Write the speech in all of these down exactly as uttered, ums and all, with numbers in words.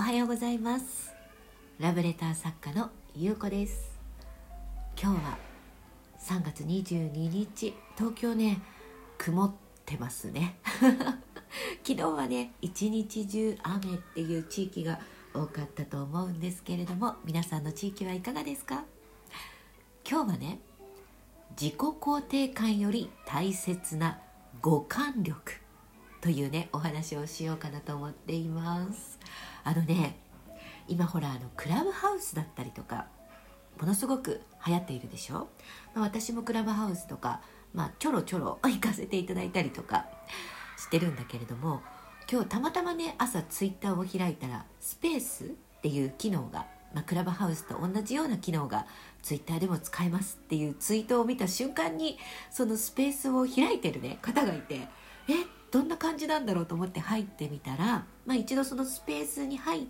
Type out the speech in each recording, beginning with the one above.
はようございます。ラブレター作家のゆうこです。今日はさんがつにじゅうににち、東京ね曇ってますね昨日はね一日中雨っていう地域が多かったと思うんですけれども、皆さんの地域はいかがですか？今日はね、自己肯定感より大切な五感力というねお話をしようかなと思っています。あのね今ほらあのクラブハウスだったりとかものすごく流行っているでしょ。まあ、私もクラブハウスとか、まあ、ちょろちょろ行かせていただいたりとかしてるんだけれども、今日たまたまね朝ツイッターを開いたらスペースっていう機能が、まあ、クラブハウスと同じような機能がツイッターでも使えますっていうツイートを見た瞬間に、そのスペースを開いてるね方がいて、えどんな感じなんだろうと思って入ってみたら、まあ、一度そのスペースに入って、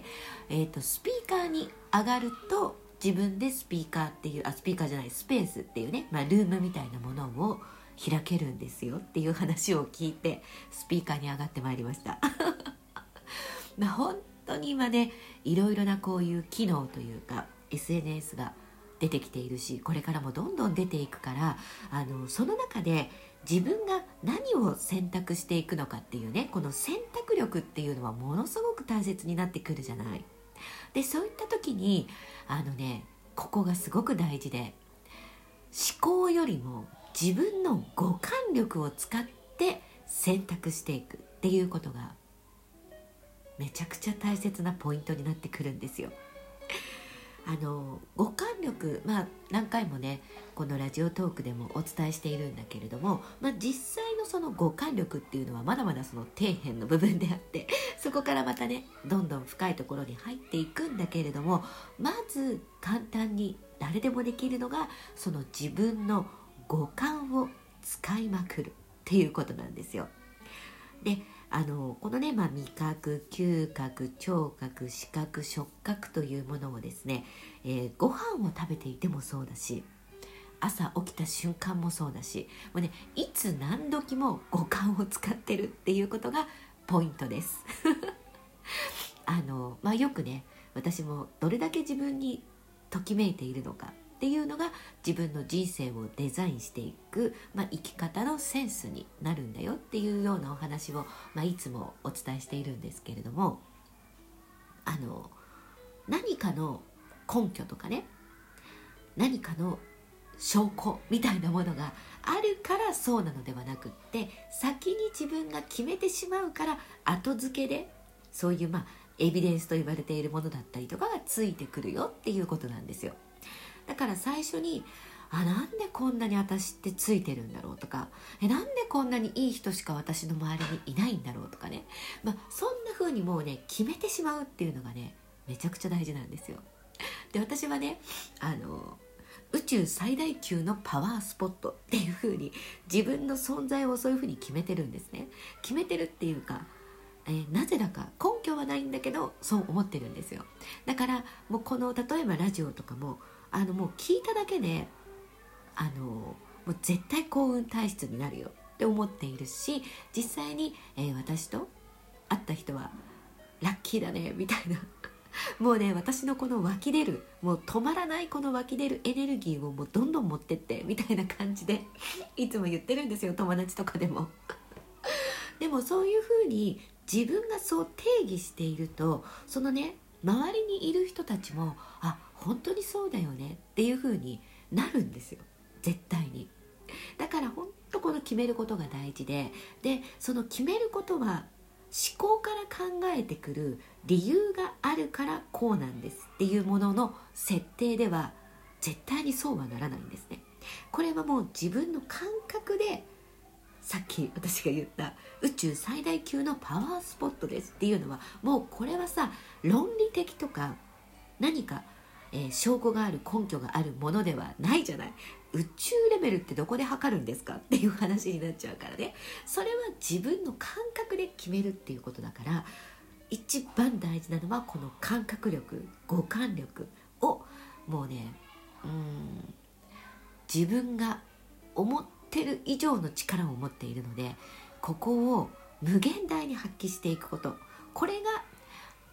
えーと、スピーカーに上がると自分でスピーカーっていうあスピーカーじゃないスペースっていうね、まあ、ルームみたいなものを開けるんですよっていう話を聞いてスピーカーに上がってまいりましたまあ本当に今ねいろいろなこういう機能というか エスエヌエス が出てきているし、これからもどんどん出ていくから、あのその中で自分が何を選択していくのかっていうね、この選択力っていうのはものすごく大切になってくるじゃない。でそういった時にあのねここがすごく大事で、思考よりも自分の五感力を使って選択していくっていうことがめちゃくちゃ大切なポイントになってくるんですよ。あの五感力、まあ何回もねこのラジオトークでもお伝えしているんだけれども、まあ、実際のその五感力っていうのはまだまだその底辺の部分であって、そこからまたねどんどん深いところに入っていくんだけれども、まず簡単に誰でもできるのがその自分の五感を使いまくるっていうことなんですよ。であのこのね、まあ、味覚、嗅覚、聴覚、視覚、触覚というものをですね、えー、ご飯を食べていてもそうだし、朝起きた瞬間もそうだし、もうねいつ何時も五感を使ってるっていうことがポイントですあの、まあ、よくね私もどれだけ自分にときめいているのかっていうのが自分の人生をデザインしていく、まあ、生き方のセンスになるんだよっていうようなお話を、まあ、いつもお伝えしているんですけれども、あの何かの根拠とかね、何かの証拠みたいなものがあるからそうなのではなくって、先に自分が決めてしまうから後付けでそういうまあエビデンスと言われているものだったりとかがついてくるよっていうことなんですよ。だから最初にあなんでこんなに私ってついてるんだろうとか、えなんでこんなにいい人しか私の周りにいないんだろうとかね、まあ、そんな風にもうね決めてしまうっていうのがねめちゃくちゃ大事なんですよ。で私はねあの宇宙最大級のパワースポットっていう風に自分の存在をそういう風に決めてるんですね。決めてるっていうか、えー、なぜだか根拠はないんだけどそう思ってるんですよ。だからもうこの例えばラジオとかもあのもう聞いただけであのもう絶対幸運体質になるよって思っているし、実際に、えー、私と会った人はラッキーだねみたいなもうね私のこの湧き出るもう止まらないこの湧き出るエネルギーをもうどんどん持ってってみたいな感じでいつも言ってるんですよ、友達とかでもでもそういう風に自分がそう定義していると、そのね周りにいる人たちもあ本当にそうだよねっていう風になるんですよ、絶対に。だから本当この決めることが大事で、でその決めることは思考から考えてくる理由があるからこうなんですっていうものの設定では絶対にそうはならないんですね。これはもう自分の感覚で、さっき私が言った宇宙最大級のパワースポットですっていうのはもうこれはさ論理的とか何か、えー、証拠がある根拠があるものではないじゃない。宇宙レベルってどこで測るんですかっていう話になっちゃうからね。それは自分の感覚で決めるっていうことだから、一番大事なのはこの感覚力、五感力をもうねうーん自分が思ってる以上の力を持っているので、ここを無限大に発揮していくこと、これが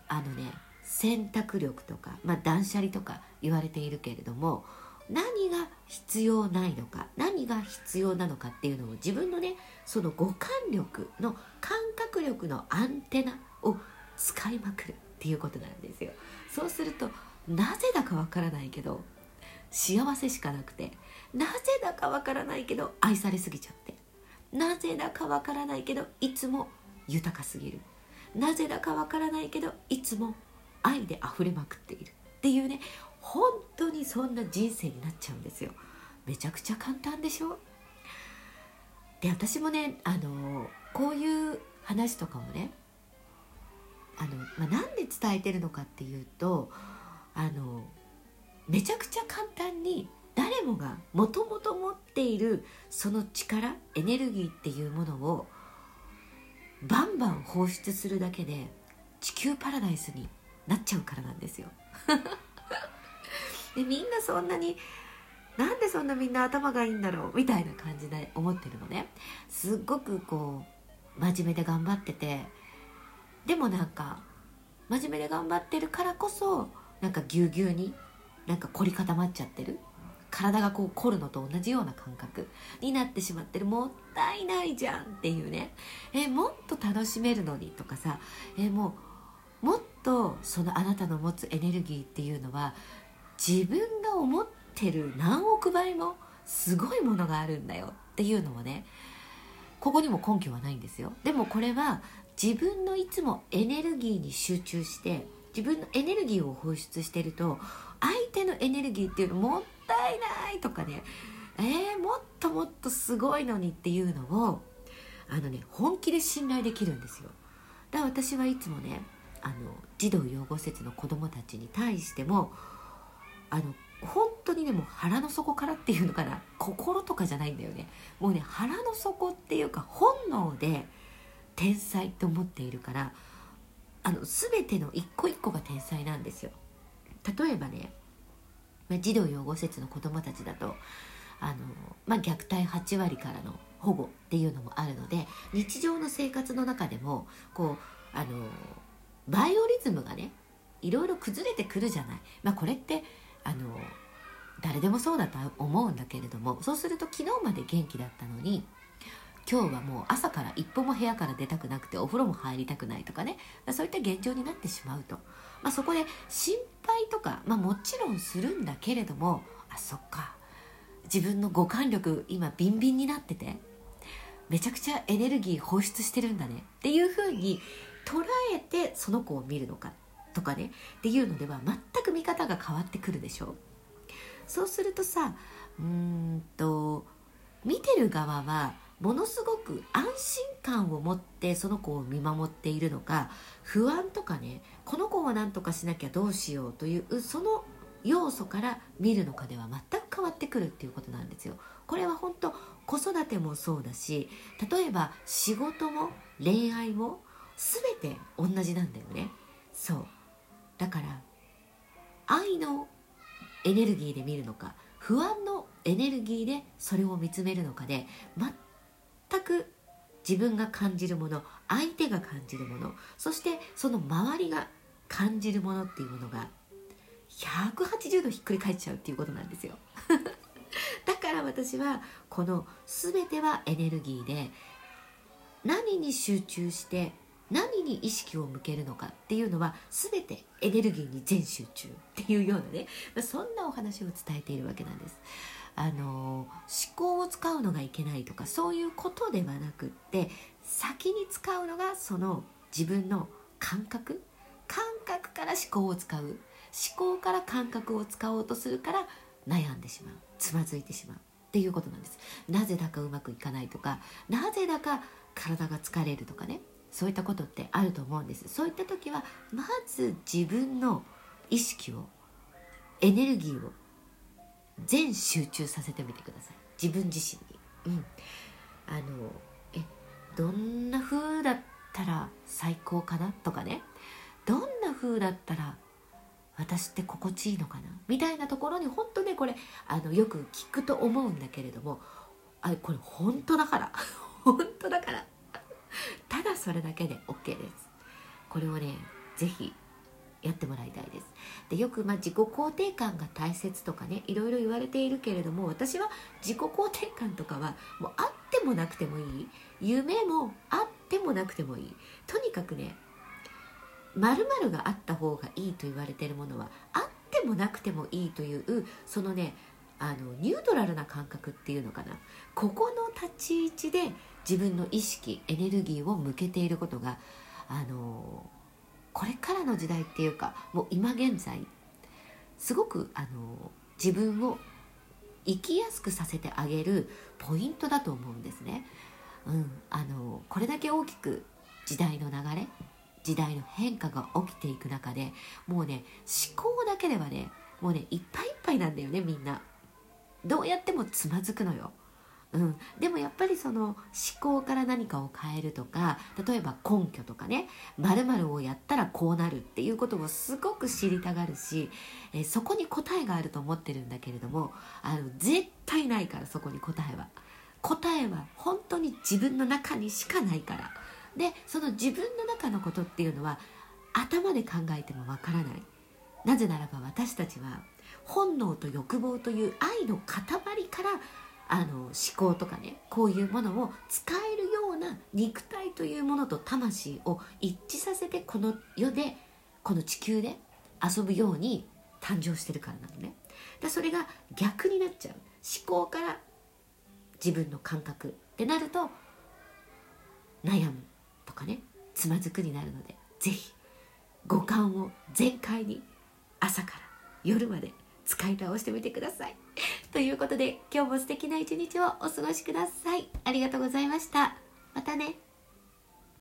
あのね選択力とか、まあ、断捨離とか言われているけれども、何が必要ないのか何が必要なのかっていうのを自分のねその五感力の感覚力のアンテナを使いまくるっていうことなんですよ。そうするとなぜだかわからないけど幸せしかなくて、なぜだかわからないけど愛されすぎちゃって、なぜだかわからないけどいつも豊かすぎる、なぜだかわからないけどいつも愛で溢れまくっているっていうね、本当にそんな人生になっちゃうんですよ。めちゃくちゃ簡単でしょ。で私もねあのこういう話とかをねあの、まあ、なんで伝えてるのかっていうと、あのめちゃくちゃ簡単に誰もがもともと持っているその力エネルギーっていうものをバンバン放出するだけで地球パラダイスになっちゃうからなんですよでみんなそんなになんでそんなみんな頭がいいんだろうみたいな感じで思ってるのね。すっごくこう真面目で頑張ってて、でもなんか真面目で頑張ってるからこそなんかぎゅうぎゅうになんか凝り固まっちゃってる、体がこう凝るのと同じような感覚になってしまってる。もったいないじゃんっていうね、えもっと楽しめるのにとかさ、えもうもっとそのあなたの持つエネルギーっていうのは自分が思ってる何億倍もすごいものがあるんだよっていうのをね、ここにも根拠はないんですよ。でもこれは自分のいつもエネルギーに集中して自分のエネルギーを放出してると、相手のエネルギーっていうのもったいないとかね、えー、もっともっとすごいのにっていうのをあのね本気で信頼できるんですよ。だから私はいつもねあの児童養護施設の子どもたちに対してもあの本当にねもう腹の底からっていうのかな、心とかじゃないんだよね、もうね腹の底っていうか本能で天才って思っているから、あの全ての一個一個が天才なんですよ。例えばね児童養護施設の子どもたちだとあの、まあ、虐待はち割からの保護っていうのもあるので、日常の生活の中でもこうあのバイオリズムがねいろいろ崩れてくるじゃない。まあ、これってあの誰でもそうだと思うんだけれども、そうすると昨日まで元気だったのに今日はもう朝から一歩も部屋から出たくなくてお風呂も入りたくないとかね、そういった現状になってしまうと、まあ、そこで心配とか、まあ、もちろんするんだけれども、あそっか自分の五感力今ビンビンになっててめちゃくちゃエネルギー放出してるんだねっていう風に捉えてその子を見るのかとかねっていうのでは全く見方が変わってくるでしょ。そうするとさうーんと見てる側はものすごく安心感を持ってその子を見守っているのか、不安とかねこの子を何とかしなきゃどうしようというその要素から見るのかでは全く変わってくるっていうことなんですよ。これは本当子育てもそうだし、例えば仕事も恋愛も全て同じなんだよね。そうだから愛のエネルギーで見るのか不安のエネルギーでそれを見つめるのかで全く自分が感じるもの、相手が感じるもの、そしてその周りが感じるものっていうものがひゃくはちじゅうどひっくり返っちゃうっていうことなんですよだから私はこの全てはエネルギーで何に集中して何に意識を向けるのかっていうのは全てエネルギーに全集中っていうようなね、そんなお話を伝えているわけなんです。あの思考を使うのがいけないとかそういうことではなくって、先に使うのがその自分の感覚感覚から思考を使う、思考から感覚を使おうとするから悩んでしまう、つまずいてしまうっていうことなんです。なぜだかうまくいかないとか、なぜだか体が疲れるとかね、そういったことってあると思うんです。そういった時はまず自分の意識をエネルギーを全集中させてみてください、自分自身に、うん、あのえどんな風だったら最高かなとかね、どんな風だったら私って心地いいのかなみたいなところに本当ねこれあのよく聞くと思うんだけれども、あこれ本当だから本当だからただそれだけで OK です。これをねぜひやってもらいたいです。でよくまあ自己肯定感が大切とかね、いろいろ言われているけれども、私は自己肯定感とかはもうあってもなくてもいい、夢もあってもなくてもいい、とにかくね、〇〇があった方がいいと言われているものはあってもなくてもいいという、そのね、あのニュートラルな感覚っていうのかな、ここの立ち位置で自分の意識エネルギーを向けていることが、あのこれからの時代っていうか、もう今現在すごくあの自分を生きやすくさせてあげるポイントだと思うんですね。うん、あのこれだけ大きく時代の流れ、時代の変化が起きていく中で、もうね、思考だけではね、もうね、いっぱいいっぱいなんだよね。みんなどうやってもつまずくのよ。うん、でもやっぱりその思考から何かを変えるとか、例えば根拠とかね、〇〇をやったらこうなるっていうことをすごく知りたがるし、えーそこに答えがあると思ってるんだけれども、あの絶対ないから、そこに答えは答えは本当に自分の中にしかないから。でその自分の中のことっていうのは頭で考えてもわからない。なぜならば私たちは本能と欲望という愛の塊からあの思考とかね、こういうものを使えるような肉体というものと魂を一致させて、この世でこの地球で遊ぶように誕生してるからなのね。だそれが逆になっちゃう、思考から自分の感覚ってなると悩むとかね、つまずくになるので、ぜひ五感を全開に朝から夜まで使い倒してみてください。ということで、今日も素敵な一日をお過ごしください。ありがとうございました。またね。